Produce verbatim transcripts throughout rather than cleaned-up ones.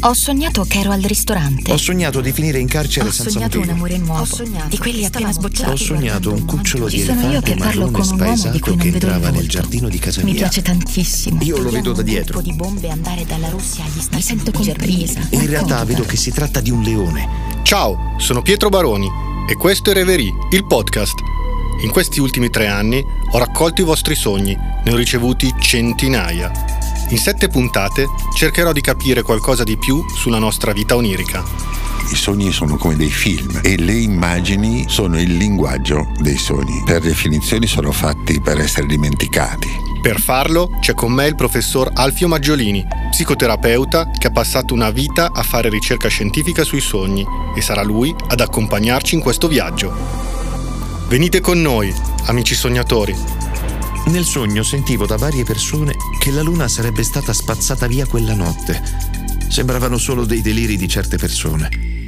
Ho sognato che ero al ristorante. Ho sognato di finire in carcere Ho senza motivo. Ho sognato un amore nuovo. Ho sognato di quelli appena sbocciati. Ho sognato un cucciolo di Ci sono io che elefante parlo marrone con un uomo di cui spaesato non che vedo il entrava nel volto. giardino di casa mia. Mi piace tantissimo. Io lo Vediamo vedo da un dietro. gruppo di bombe andare dalla Russia agli Stati Mi sento Uniti compresa. In realtà vedo che si tratta di un leone. Ciao, sono Pietro Baroni e questo è Reverie, il podcast. In questi ultimi tre anni ho raccolto i vostri sogni, ne ho ricevuti centinaia. In sette puntate cercherò di capire qualcosa di più sulla nostra vita onirica. I sogni sono come dei film e le immagini sono il linguaggio dei sogni. Per definizione sono fatti per essere dimenticati. Per farlo c'è con me il professor Alfio Maggiolini, psicoterapeuta che ha passato una vita a fare ricerca scientifica sui sogni e sarà lui ad accompagnarci in questo viaggio. Venite con noi, amici sognatori. Nel sogno sentivo da varie persone che la luna sarebbe stata spazzata via quella notte. Sembravano solo dei deliri di certe persone.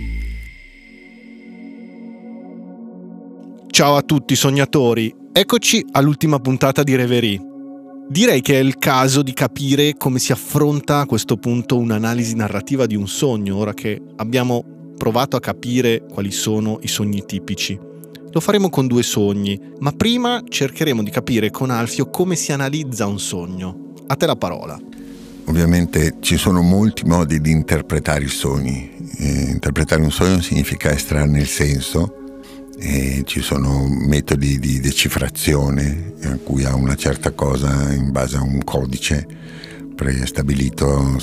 Ciao a tutti sognatori, eccoci all'ultima puntata di Reverie. Direi che è il caso di capire come si affronta a questo punto un'analisi narrativa di un sogno, ora che abbiamo provato a capire quali sono i sogni tipici. Lo faremo con due sogni, ma prima cercheremo di capire con Alfio come si analizza un sogno. A te la parola. Ovviamente ci sono molti modi di interpretare i sogni. Eh, interpretare un sogno significa estrarne il senso. E ci sono metodi di decifrazione a cui ha una certa cosa in base a un codice prestabilito,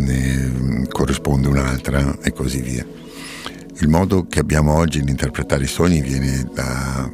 ne corrisponde un'altra e così via. Il modo che abbiamo oggi di interpretare i sogni viene da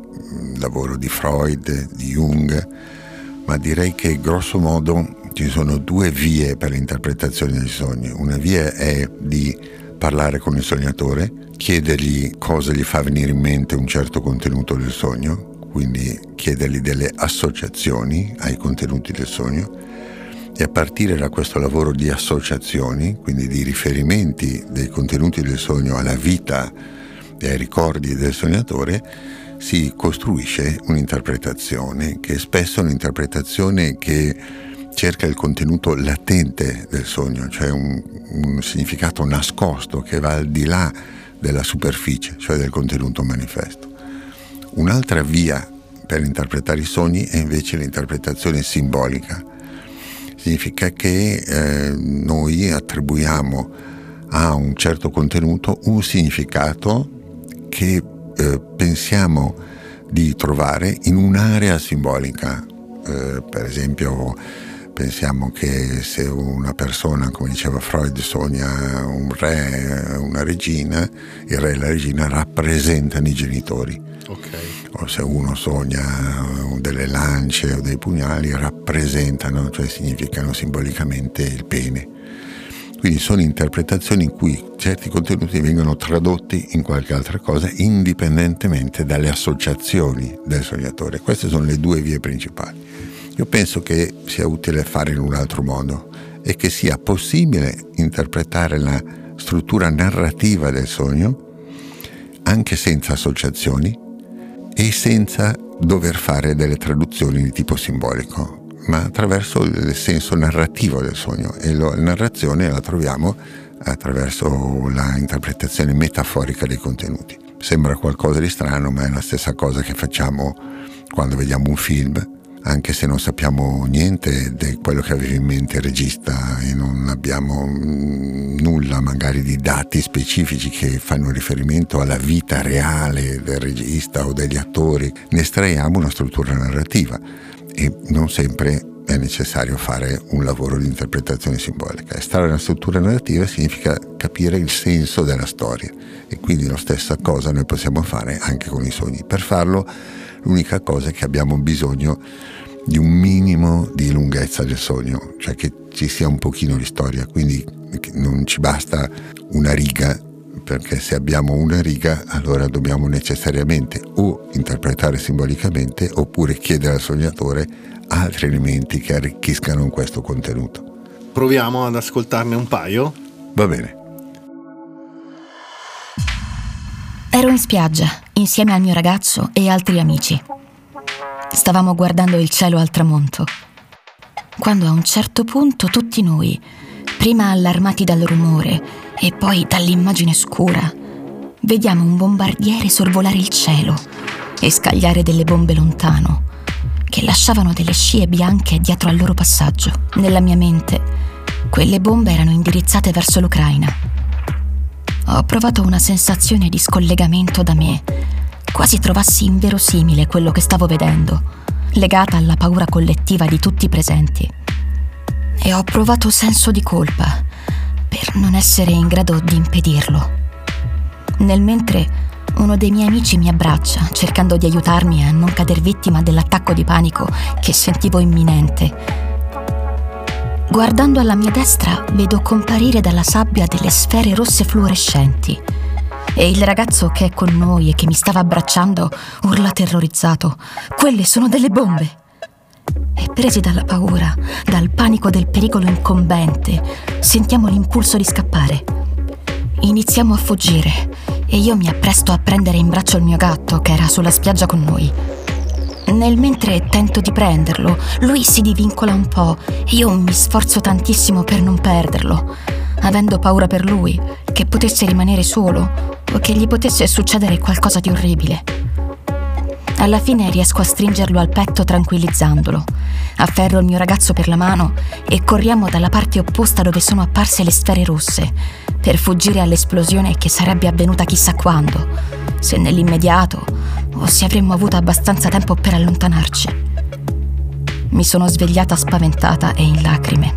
lavoro di Freud, di Jung, ma direi che grosso modo ci sono due vie per l'interpretazione dei sogni. Una via è di parlare con il sognatore, chiedergli cosa gli fa venire in mente un certo contenuto del sogno, quindi chiedergli delle associazioni ai contenuti del sogno, e a partire da questo lavoro di associazioni, quindi di riferimenti dei contenuti del sogno alla vita e ai ricordi del sognatore, si costruisce un'interpretazione che è spesso un'interpretazione che cerca il contenuto latente del sogno, cioè un, un significato nascosto che va al di là della superficie, cioè del contenuto manifesto. Un'altra via per interpretare i sogni è invece l'interpretazione simbolica. Significa che eh, noi attribuiamo a un certo contenuto un significato che eh, pensiamo di trovare in un'area simbolica. Eh, per esempio, pensiamo che se una persona, come diceva Freud, sogna un re, una regina, il re e la regina rappresentano i genitori. Okay. O se uno sogna delle lance o dei pugnali, rappresentano, cioè significano simbolicamente il pene. Quindi sono interpretazioni in cui certi contenuti vengono tradotti in qualche altra cosa indipendentemente dalle associazioni del sognatore. Queste sono le due vie principali. Io penso che sia utile fare in un altro modo e che sia possibile interpretare la struttura narrativa del sogno anche senza associazioni e senza dover fare delle traduzioni di tipo simbolico, ma attraverso il senso narrativo del sogno, e lo, la narrazione la troviamo attraverso la interpretazione metaforica dei contenuti. Sembra qualcosa di strano, ma è la stessa cosa che facciamo quando vediamo un film, anche se non sappiamo niente di quello che aveva in mente il regista e non abbiamo nulla magari di dati specifici che fanno riferimento alla vita reale del regista o degli attori, ne estraiamo una struttura narrativa e non sempre è necessario fare un lavoro di interpretazione simbolica. Estrarre una struttura narrativa significa capire il senso della storia, e quindi la stessa cosa noi possiamo fare anche con i sogni. Per farlo l'unica cosa è che abbiamo bisogno di un minimo di lunghezza del sogno, cioè che ci sia un pochino di storia, quindi non ci basta una riga, perché se abbiamo una riga allora dobbiamo necessariamente o interpretare simbolicamente oppure chiedere al sognatore altri elementi che arricchiscano questo contenuto. Proviamo ad ascoltarne un paio? Va bene. Ero in spiaggia, insieme al mio ragazzo e altri amici. Stavamo guardando il cielo al tramonto, quando a un certo punto tutti noi, Prima allarmati dal rumore e poi dall'immagine scura, vediamo un bombardiere sorvolare il cielo e scagliare delle bombe lontano, che lasciavano delle scie bianche dietro al loro passaggio. Nella mia mente, quelle bombe erano indirizzate verso l'Ucraina. Ho provato una sensazione di scollegamento da me, quasi trovassi inverosimile quello che stavo vedendo, legata alla paura collettiva di tutti i presenti. E ho provato senso di colpa per non essere in grado di impedirlo. Nel mentre uno dei miei amici mi abbraccia, cercando di aiutarmi a non cader vittima dell'attacco di panico che sentivo imminente. Guardando alla mia destra, vedo comparire dalla sabbia delle sfere rosse fluorescenti e il ragazzo che è con noi e che mi stava abbracciando urla terrorizzato: «Quelle sono delle bombe!» E presi dalla paura, dal panico del pericolo incombente, sentiamo l'impulso di scappare. Iniziamo a fuggire e io mi appresto a prendere in braccio il mio gatto che era sulla spiaggia con noi. Nel mentre tento di prenderlo, lui si divincola un po' e io mi sforzo tantissimo per non perderlo, avendo paura per lui, che potesse rimanere solo o che gli potesse succedere qualcosa di orribile. Alla fine riesco a stringerlo al petto tranquillizzandolo. Afferro il mio ragazzo per la mano e corriamo dalla parte opposta dove sono apparse le sfere rosse, per fuggire all'esplosione che sarebbe avvenuta chissà quando, se nell'immediato o se avremmo avuto abbastanza tempo per allontanarci. Mi sono svegliata spaventata e in lacrime.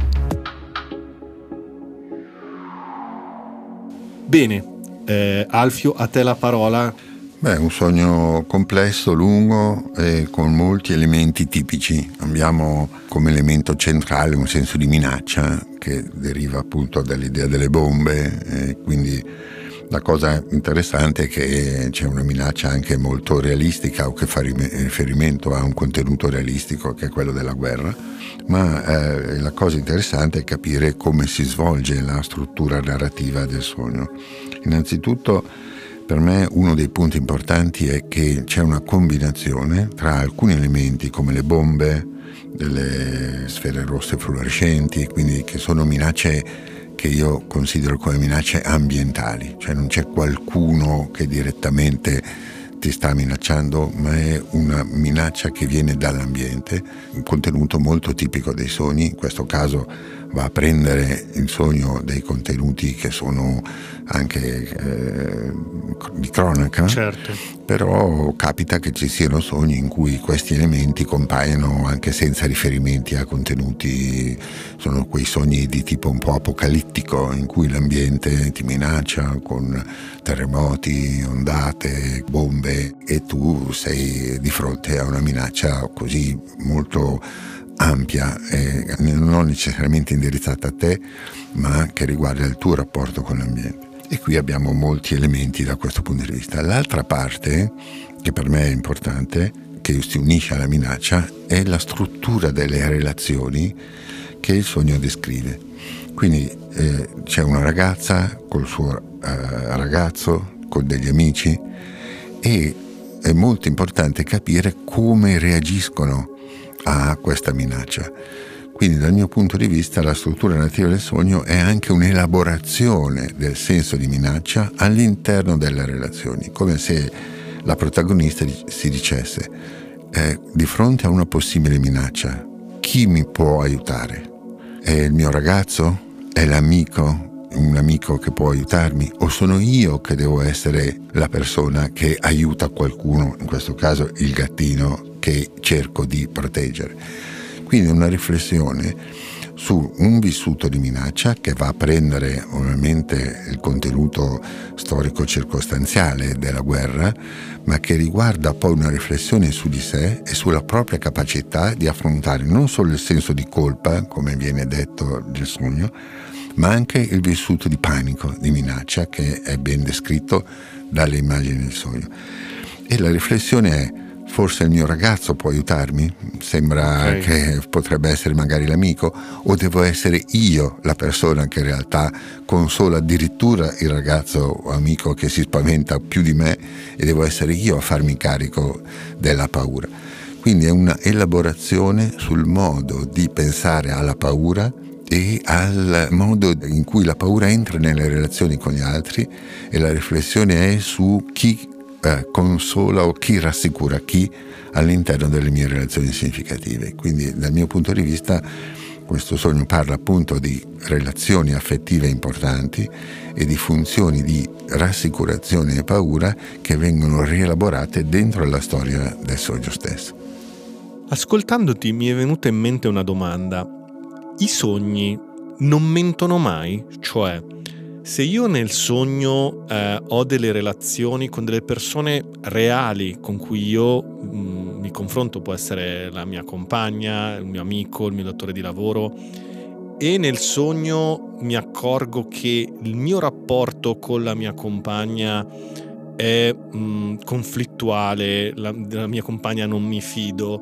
Bene, eh, Alfio, a te la parola. Beh, un sogno complesso, lungo e con molti elementi tipici. Abbiamo come elemento centrale un senso di minaccia che deriva appunto dall'idea delle bombe, e quindi la cosa interessante è che c'è una minaccia anche molto realistica o che fa riferimento a un contenuto realistico che è quello della guerra, ma eh, la cosa interessante è capire come si svolge la struttura narrativa del sogno. Innanzitutto, per me uno dei punti importanti è che c'è una combinazione tra alcuni elementi come le bombe, delle sfere rosse fluorescenti, quindi che sono minacce che io considero come minacce ambientali, cioè non c'è qualcuno che direttamente ti sta minacciando, ma è una minaccia che viene dall'ambiente, un contenuto molto tipico dei sogni. In questo caso va a prendere il sogno dei contenuti che sono anche eh, di cronaca, certo. Però capita che ci siano sogni in cui questi elementi compaiono anche senza riferimenti a contenuti. Sono quei sogni di tipo un po' apocalittico in cui l'ambiente ti minaccia con terremoti, ondate, bombe e tu sei di fronte a una minaccia così molto ampia e non necessariamente indirizzata a te, ma che riguarda il tuo rapporto con l'ambiente. E qui abbiamo molti elementi da questo punto di vista. L'altra parte, che per me è importante, che si unisce alla minaccia, è la struttura delle relazioni che il sogno descrive. Quindi eh, c'è una ragazza col suo eh, ragazzo, con degli amici, e è molto importante capire come reagiscono a questa minaccia. Quindi dal mio punto di vista la struttura narrativa del sogno è anche un'elaborazione del senso di minaccia all'interno delle relazioni, come se la protagonista si dicesse eh, di fronte a una possibile minaccia, chi mi può aiutare? È il mio ragazzo? È l'amico? Un amico che può aiutarmi? O sono io che devo essere la persona che aiuta qualcuno, in questo caso il gattino che cerco di proteggere? Quindi una riflessione su un vissuto di minaccia che va a prendere ovviamente il contenuto storico circostanziale della guerra, ma che riguarda poi una riflessione su di sé e sulla propria capacità di affrontare non solo il senso di colpa, come viene detto del sogno, ma anche il vissuto di panico, di minaccia, che è ben descritto dalle immagini del sogno. E la riflessione è: forse il mio ragazzo può aiutarmi? Sembra okay. che potrebbe essere magari l'amico, o devo essere io la persona che in realtà consola addirittura il ragazzo o amico che si spaventa più di me, e devo essere io a farmi carico della paura. Quindi è una elaborazione sul modo di pensare alla paura e al modo in cui la paura entra nelle relazioni con gli altri, e la riflessione è su chi eh, consola o chi rassicura chi all'interno delle mie relazioni significative. Quindi dal mio punto di vista questo sogno parla appunto di relazioni affettive importanti e di funzioni di rassicurazione e paura che vengono rielaborate dentro la storia del sogno stesso. Ascoltandoti mi è venuta in mente una domanda. I sogni non mentono mai? Cioè, se io nel sogno eh, ho delle relazioni con delle persone reali con cui io mh, mi confronto, può essere la mia compagna, il mio amico, il mio datore di lavoro, e nel sogno mi accorgo che il mio rapporto con la mia compagna è mh, conflittuale, la, della mia compagna non mi fido,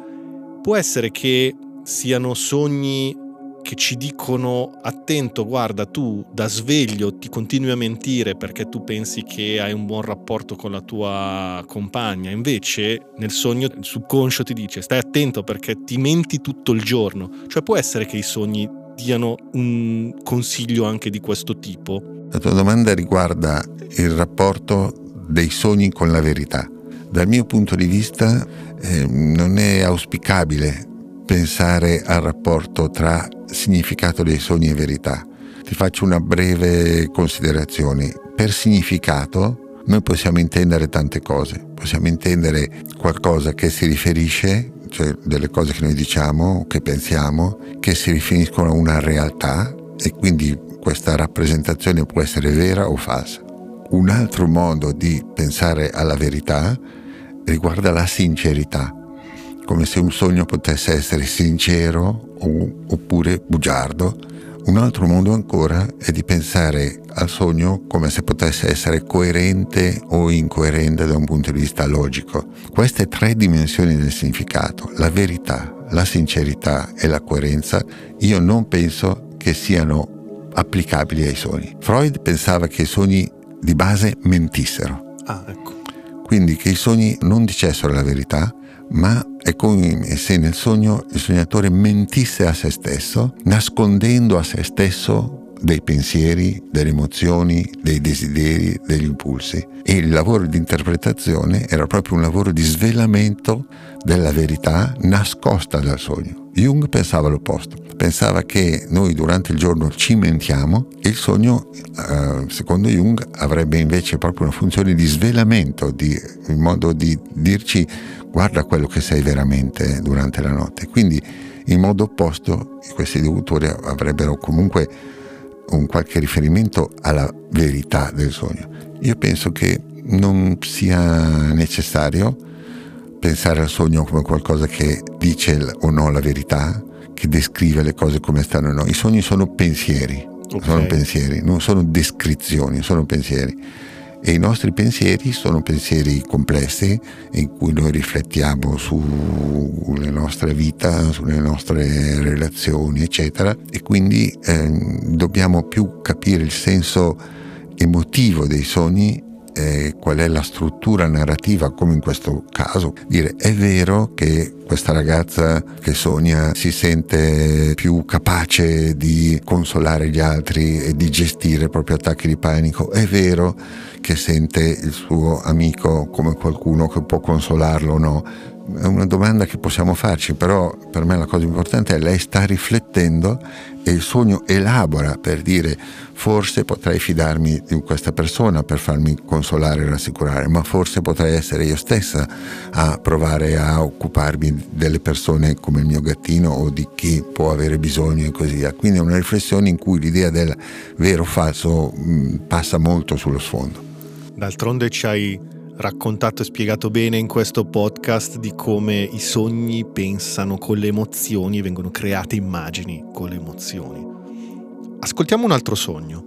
può essere che siano sogni che ci dicono: attento, guarda, tu da sveglio ti continui a mentire perché tu pensi che hai un buon rapporto con la tua compagna, invece nel sogno il subconscio ti dice: stai attento perché ti menti tutto il giorno. Cioè, può essere che i sogni diano un consiglio anche di questo tipo? La tua domanda riguarda il rapporto dei sogni con la verità. Dal mio punto di vista eh, non è auspicabile pensare al rapporto tra significato dei sogni e verità. Ti faccio una breve considerazione. Per significato noi possiamo intendere tante cose. Possiamo intendere qualcosa che si riferisce, cioè delle cose che noi diciamo, che pensiamo, che si riferiscono a una realtà, e quindi questa rappresentazione può essere vera o falsa. Un altro modo di pensare alla verità riguarda la sincerità, come se un sogno potesse essere sincero o, oppure bugiardo. Un altro modo ancora è di pensare al sogno come se potesse essere coerente o incoerente da un punto di vista logico. Queste tre dimensioni del significato, la verità, la sincerità e la coerenza, io non penso che siano applicabili ai sogni. Freud pensava che i sogni di base mentissero. Ah, ecco. Quindi che i sogni non dicessero la verità, ma è come se nel sogno il sognatore mentisse a se stesso, nascondendo a se stesso dei pensieri, delle emozioni, dei desideri, degli impulsi. E il lavoro di interpretazione era proprio un lavoro di svelamento della verità nascosta dal sogno. Jung pensava l'opposto, pensava che noi durante il giorno ci mentiamo e il sogno, eh, secondo Jung, avrebbe invece proprio una funzione di svelamento, di, in modo di dirci: guarda quello che sei veramente durante la notte. Quindi in modo opposto questi due autori avrebbero comunque un qualche riferimento alla verità del sogno. Io penso che non sia necessario pensare al sogno come qualcosa che dice o no la verità, che descrive le cose come stanno o no. I sogni sono pensieri, okay. sono pensieri, non sono descrizioni, sono pensieri. E i nostri pensieri sono pensieri complessi in cui noi riflettiamo sulla nostra vita, sulle nostre relazioni, eccetera, e quindi eh, dobbiamo più capire il senso emotivo dei sogni, eh, qual è la struttura narrativa, come in questo caso. Dire: è vero che questa ragazza che sogna si sente più capace di consolare gli altri e di gestire i propri attacchi di panico, è vero che sente il suo amico come qualcuno che può consolarlo o no. È una domanda che possiamo farci, però per me la cosa importante è: lei sta riflettendo e il sogno elabora per dire: forse potrei fidarmi di questa persona per farmi consolare e rassicurare, ma forse potrei essere io stessa a provare a occuparmi delle persone come il mio gattino o di chi può avere bisogno e così via. Quindi è una riflessione in cui l'idea del vero o falso mh, passa molto sullo sfondo. D'altronde ci hai raccontato e spiegato bene in questo podcast di come i sogni pensano con le emozioni e vengono create immagini con le emozioni. Ascoltiamo un altro sogno.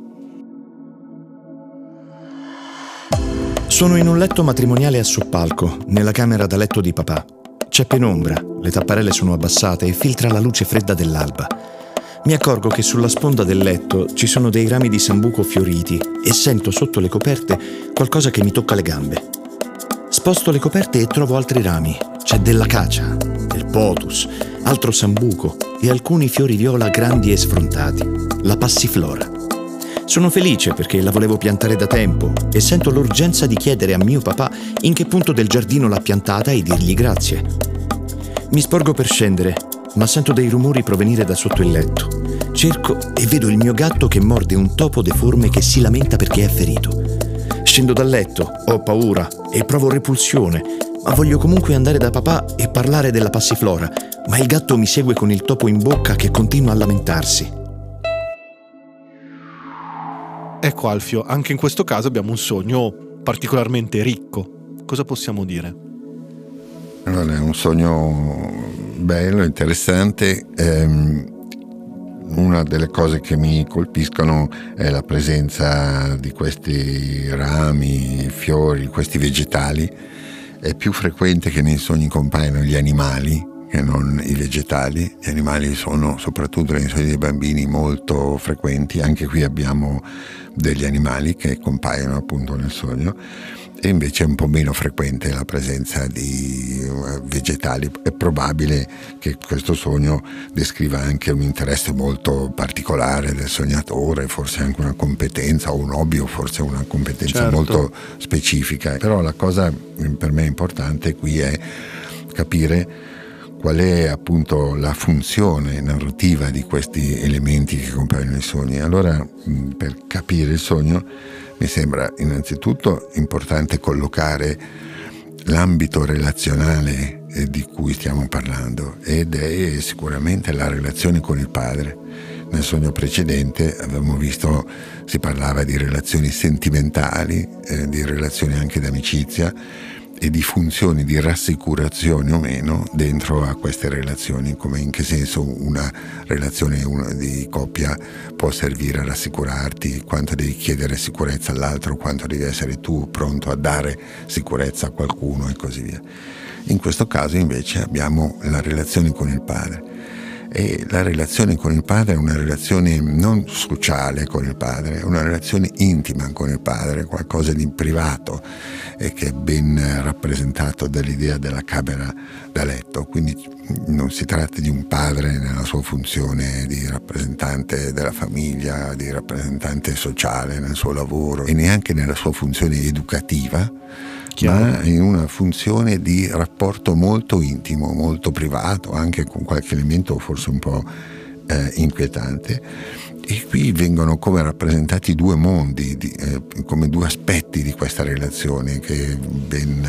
Sono in un letto matrimoniale a soppalco, nella camera da letto di papà. C'è penombra, le tapparelle sono abbassate e filtra la luce fredda dell'alba. Mi accorgo che sulla sponda del letto ci sono dei rami di sambuco fioriti e sento sotto le coperte qualcosa che mi tocca le gambe. Sposto le coperte e trovo altri rami. C'è dell'acacia, del potus, altro sambuco e alcuni fiori viola grandi e sfrontati, la passiflora. Sono felice perché la volevo piantare da tempo e sento l'urgenza di chiedere a mio papà in che punto del giardino l'ha piantata e dirgli grazie. Mi sporgo per scendere, ma sento dei rumori provenire da sotto il letto. Cerco e vedo il mio gatto che morde un topo deforme che si lamenta perché è ferito. Scendo dal letto, ho paura e provo repulsione, ma voglio comunque andare da papà e parlare della passiflora, ma il gatto mi segue con il topo in bocca che continua a lamentarsi. Ecco Alfio, anche in questo caso abbiamo un sogno particolarmente ricco. Cosa possiamo dire? Allora, è un sogno bello, interessante. Ehm, una delle cose che mi colpiscono è la presenza di questi rami, fiori, questi vegetali. È più frequente che nei sogni compaiano gli animali che non i vegetali. Gli animali sono, soprattutto nei sogni dei bambini, molto frequenti. Anche qui abbiamo degli animali che compaiono appunto nel sogno, e invece è un po' meno frequente la presenza di vegetali. È probabile che questo sogno descriva anche un interesse molto particolare del sognatore, forse anche una competenza o un hobby, o forse una competenza certo. molto specifica. Però la cosa per me importante qui è capire qual è appunto la funzione narrativa di questi elementi che compaiono nei sogni. Allora, per capire il sogno, mi sembra innanzitutto importante collocare l'ambito relazionale di cui stiamo parlando, ed è sicuramente la relazione con il padre. Nel sogno precedente avevamo visto, si parlava di relazioni sentimentali, eh, di relazioni anche d'amicizia, e di funzioni di rassicurazione o meno dentro a queste relazioni, come in che senso una relazione di coppia può servire a rassicurarti, quanto devi chiedere sicurezza all'altro, quanto devi essere tu pronto a dare sicurezza a qualcuno e così via. In questo caso invece abbiamo la relazione con il padre, e la relazione con il padre è una relazione non sociale con il padre, è una relazione intima con il padre, qualcosa di privato, e che è ben rappresentato dall'idea della camera da letto. Quindi non si tratta di un padre nella sua funzione di rappresentante della famiglia, di rappresentante sociale nel suo lavoro, e neanche nella sua funzione educativa, Chiaro. ma in una funzione di rapporto molto intimo, molto privato, anche con qualche elemento forse un po' eh, inquietante. E qui vengono come rappresentati due mondi, di, eh, come due aspetti di questa relazione, che ben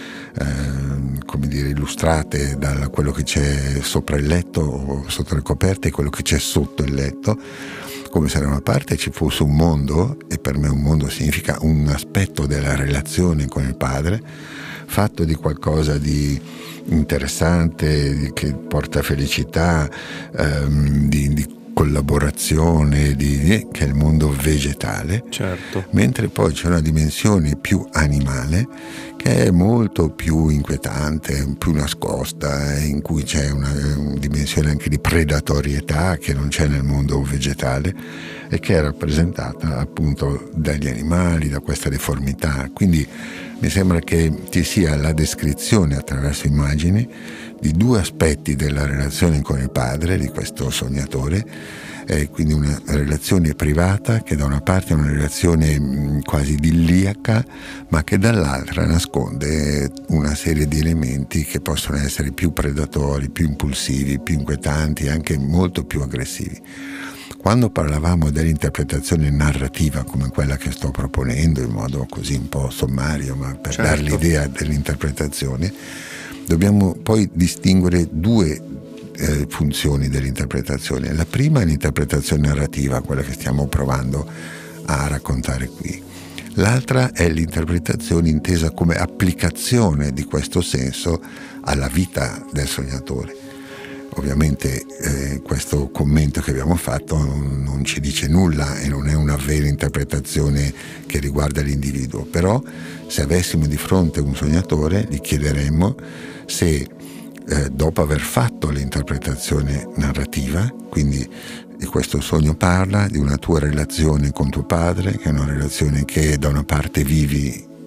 eh, come dire, illustrate da quello che c'è sopra il letto o sotto le coperte e quello che c'è sotto il letto, come se da una parte ci fosse un mondo, e per me un mondo significa un aspetto della relazione con il padre, fatto di qualcosa di interessante, che porta felicità, ehm, di, di collaborazione, di, che è il mondo vegetale, certo. mentre poi c'è una dimensione più animale che è molto più inquietante, più nascosta, in cui c'è una, una dimensione anche di predatorietà che non c'è nel mondo vegetale, e che è rappresentata appunto dagli animali, da questa deformità. Quindi mi sembra che ci sia la descrizione attraverso immagini di due aspetti della relazione con il padre di questo sognatore, eh, quindi una relazione privata che da una parte è una relazione mh, quasi idilliaca, ma che dall'altra nasconde una serie di elementi che possono essere più predatori, più impulsivi, più inquietanti, anche molto più aggressivi. Quando parlavamo dell'interpretazione narrativa come quella che sto proponendo, in modo così un po' sommario, ma per certo. dare l'idea dell'interpretazione, dobbiamo poi distinguere due eh, funzioni dell'interpretazione. La prima è l'interpretazione narrativa, quella che stiamo provando a raccontare qui. L'altra è l'interpretazione intesa come applicazione di questo senso alla vita del sognatore. Ovviamente eh, questo commento che abbiamo fatto non, non ci dice nulla e non è una vera interpretazione che riguarda l'individuo, però se avessimo di fronte un sognatore gli chiederemmo se eh, dopo aver fatto l'interpretazione narrativa, quindi questo sogno parla di una tua relazione con tuo padre, che è una relazione che da una parte vivi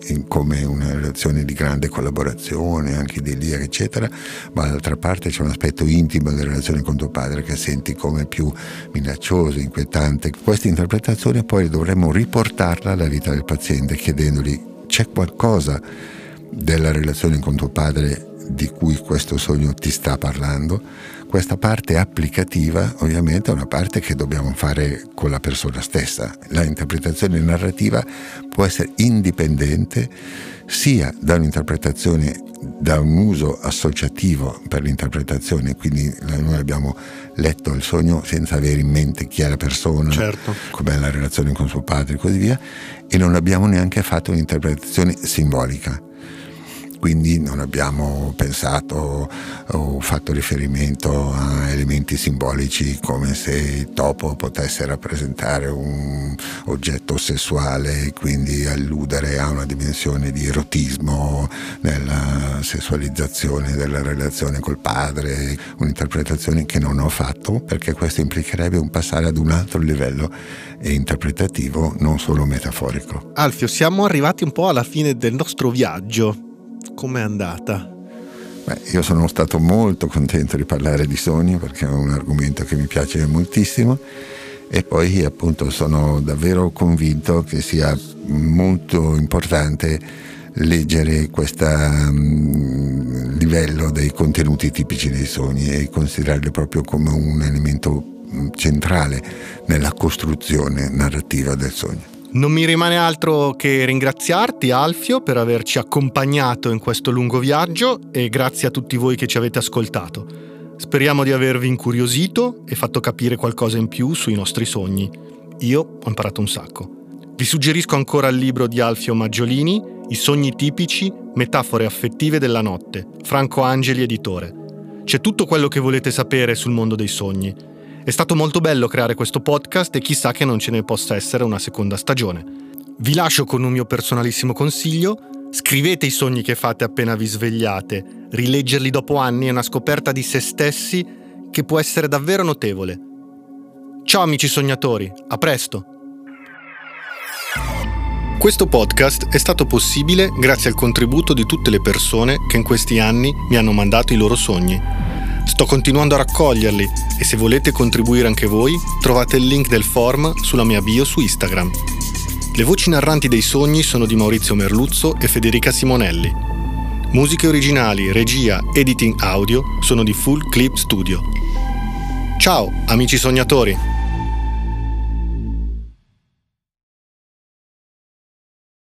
come una relazione di grande collaborazione, anche idilliaca eccetera, ma dall'altra parte c'è un aspetto intimo della relazione con tuo padre che senti come più minaccioso, inquietante. Questa interpretazione poi dovremmo riportarla alla vita del paziente, chiedendogli: c'è qualcosa della relazione con tuo padre di cui questo sogno ti sta parlando? Questa parte applicativa ovviamente è una parte che dobbiamo fare con la persona stessa. La interpretazione narrativa può essere indipendente sia da un'interpretazione, da un uso associativo per l'interpretazione, quindi noi abbiamo letto il sogno senza avere in mente chi è la persona, certo, com'è la relazione con suo padre e così via, e non abbiamo neanche fatto un'interpretazione simbolica. Quindi non abbiamo pensato o fatto riferimento a elementi simbolici come se il topo potesse rappresentare un oggetto sessuale e quindi alludere a una dimensione di erotismo nella sessualizzazione della relazione col padre, un'interpretazione che non ho fatto perché questo implicherebbe un passare ad un altro livello interpretativo, non solo metaforico. Alfio, siamo arrivati un po' alla fine del nostro viaggio. Com'è andata? Beh, io sono stato molto contento di parlare di sogni perché è un argomento che mi piace moltissimo e poi appunto sono davvero convinto che sia molto importante leggere questo um, livello dei contenuti tipici dei sogni e considerarli proprio come un elemento centrale nella costruzione narrativa del sogno. Non mi rimane altro che ringraziarti, Alfio, per averci accompagnato in questo lungo viaggio e grazie a tutti voi che ci avete ascoltato. Speriamo di avervi incuriosito e fatto capire qualcosa in più sui nostri sogni. Io ho imparato un sacco. Vi suggerisco ancora il libro di Alfio Maggiolini, I sogni tipici, metafore affettive della notte, Franco Angeli editore. C'è tutto quello che volete sapere sul mondo dei sogni. È stato molto bello creare questo podcast e chissà che non ce ne possa essere una seconda stagione. Vi lascio con un mio personalissimo consiglio: scrivete i sogni che fate appena vi svegliate. Rileggerli dopo anni è una scoperta di se stessi che può essere davvero notevole. Ciao amici sognatori, a presto! Questo podcast è stato possibile grazie al contributo di tutte le persone che in questi anni mi hanno mandato i loro sogni. Sto continuando a raccoglierli e se volete contribuire anche voi, trovate il link del form sulla mia bio su Instagram. Le voci narranti dei sogni sono di Maurizio Merluzzo e Federica Simonelli. Musiche originali, regia, editing audio sono di Full Clip Studio. Ciao, amici sognatori!